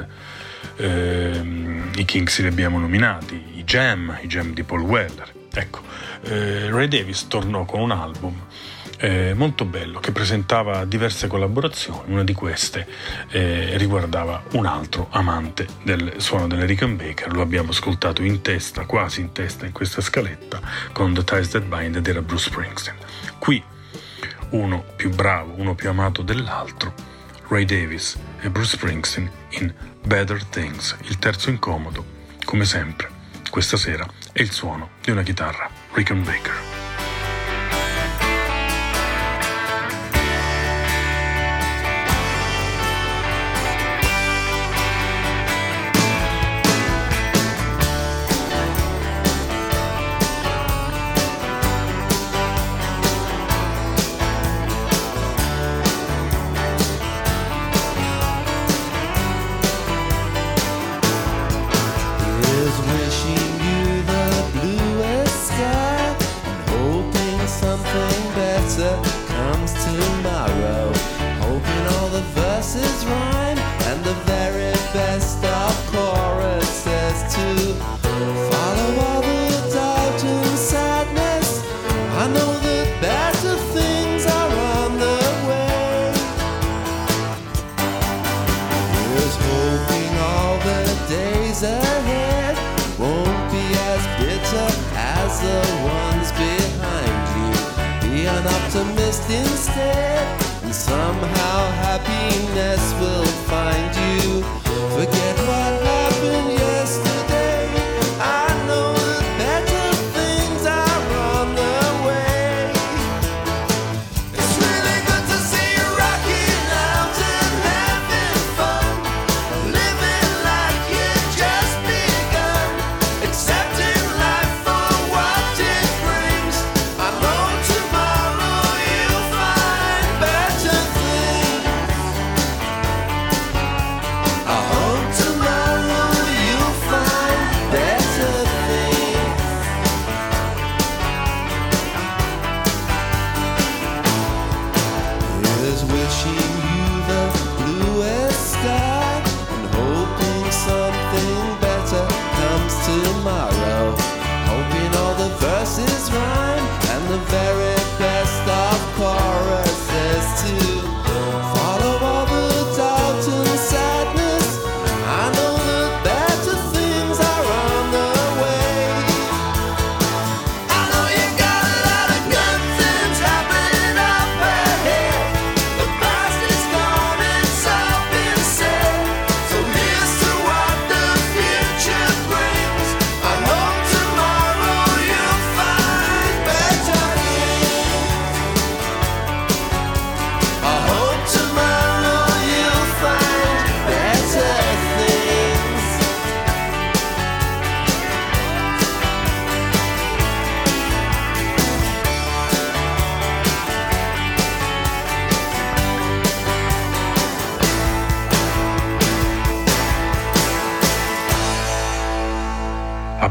i Kinks li abbiamo nominati, i Jam di Paul Weller. Ecco, Ray Davies tornò con un album molto bello che presentava diverse collaborazioni. Una di queste riguardava un altro amante del suono delle Rickenbacker. Lo abbiamo ascoltato quasi in testa in questa scaletta con The Ties That Bind, ed era Bruce Springsteen. Qui uno più bravo, uno più amato dell'altro, Ray Davies e Bruce Springsteen in Better Things. Il terzo incomodo, come sempre, questa sera è il suono di una chitarra Rickenbacker. Is wishing you the bluest sky and hoping something better comes tomorrow. Hoping all the verses rhyme and the very best of choruses to follow all the doubt and sadness. I know that better things are on the way. Is hoping all the days ahead won't be as bitter as the ones behind you. Be an optimist instead, and somehow happiness will find you. Forget what happened yesterday. I know that better things are on the way. It's really good to see you rocking out and having fun, living like you just begun, accepting life for what it brings. I know tomorrow you'll find better things. I hope tomorrow you'll find better things. Is wishing you the bluest sky and hoping something better comes tomorrow. Hoping all the verses rhyme and the very best of choruses too. Follow all the doubt and sadness. I know that better things are on the way. I know you got a lot of good things happening up ahead. The past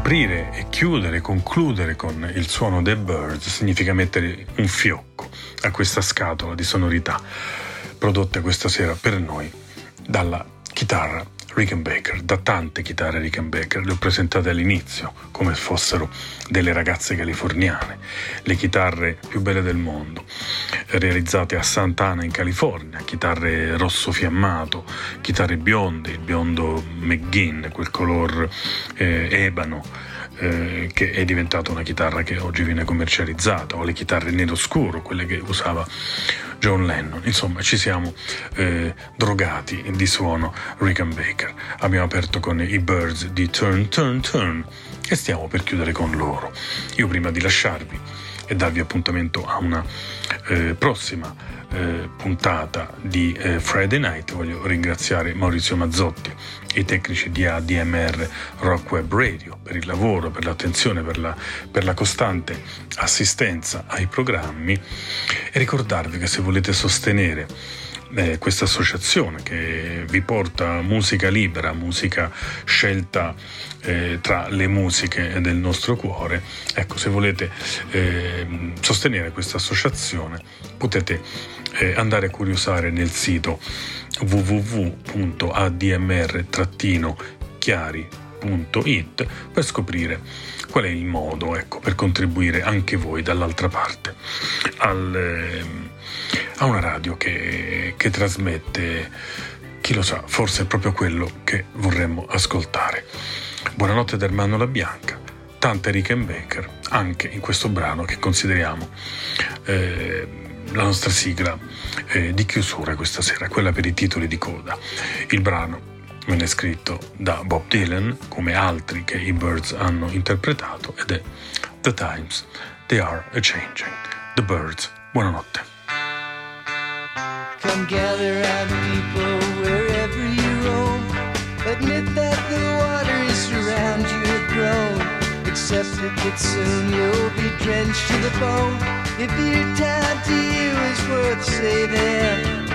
aprire e chiudere, concludere con il suono dei Byrds significa mettere un fiocco a questa scatola di sonorità prodotte questa sera per noi dalla chitarra Rickenbacker, da tante chitarre Rickenbacker. Le ho presentate all'inizio come fossero delle ragazze californiane, le chitarre più belle del mondo, realizzate a Santana in California, chitarre rosso fiammato, chitarre bionde, il biondo McGinn, quel color ebano, che è diventata una chitarra che oggi viene commercializzata, o le chitarre nero scuro, quelle che usava John Lennon. Insomma, ci siamo drogati di suono Rickenbacker. Abbiamo aperto con i Byrds di Turn Turn Turn e stiamo per chiudere con loro. Io, prima di lasciarvi e darvi appuntamento a una prossima puntata di Friday Night, voglio ringraziare Maurizio Mazzotti e i tecnici di ADMR Rock Web Radio per il lavoro, per l'attenzione, per la costante assistenza ai programmi, e ricordarvi che se volete sostenere questa associazione che vi porta musica libera, musica scelta tra le musiche del nostro cuore, ecco, se volete sostenere questa associazione potete andare a curiosare nel sito www.admr-chiari.it per scoprire qual è il modo, ecco, per contribuire anche voi dall'altra parte a una radio che trasmette, chi lo sa, forse è proprio quello che vorremmo ascoltare. Buonanotte da Ermanno La Bianca, tante Rickenbacker anche in questo brano che consideriamo la nostra sigla di chiusura questa sera, quella per i titoli di coda. Il brano venne scritto da Bob Dylan, come altri che i Byrds hanno interpretato, ed è The Times They Are A-Changing. The Byrds, buonanotte. Come gather round people wherever you roam. Admit that the waters around you have grown. Accept it that soon you'll be drenched to the bone. If your time to you is worth saving,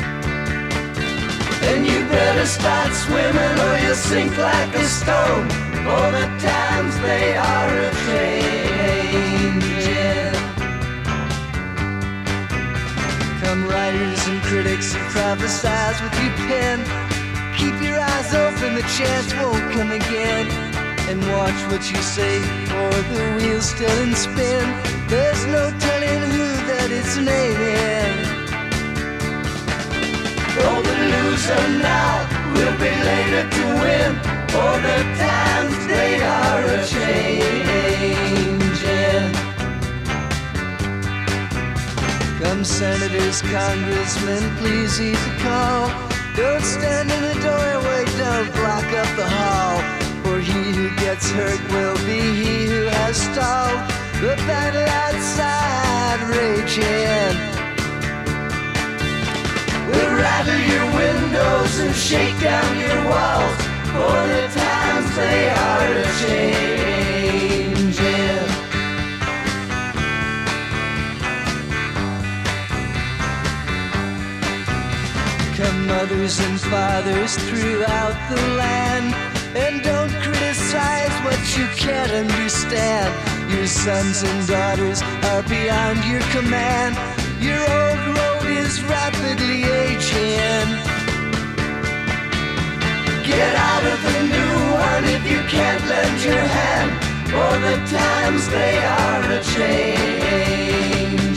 then you better start swimming or you'll sink like a stone. For the times they are a-changing. Come writers and critics and prophesize with your pen. Keep your eyes open, the chance won't come again. And watch what you say, for the wheel's still in spin. There's no telling who that it's naming. For the loser now will be later to win. For the times they are a-changing. Come senators, congressmen, please heed the call. Don't stand in the doorway, don't block up the hall. For he who gets hurt will be he who has stalled the battle outside raging. We'll rattle your windows and shake down your walls. For the times they are a-changing. Come mothers and fathers throughout the land, and don't criticize what you can't understand. Your sons and daughters are beyond your command. Your old road is rapidly aging. Get out of the new one if you can't lend your hand, for the times they are a-changing.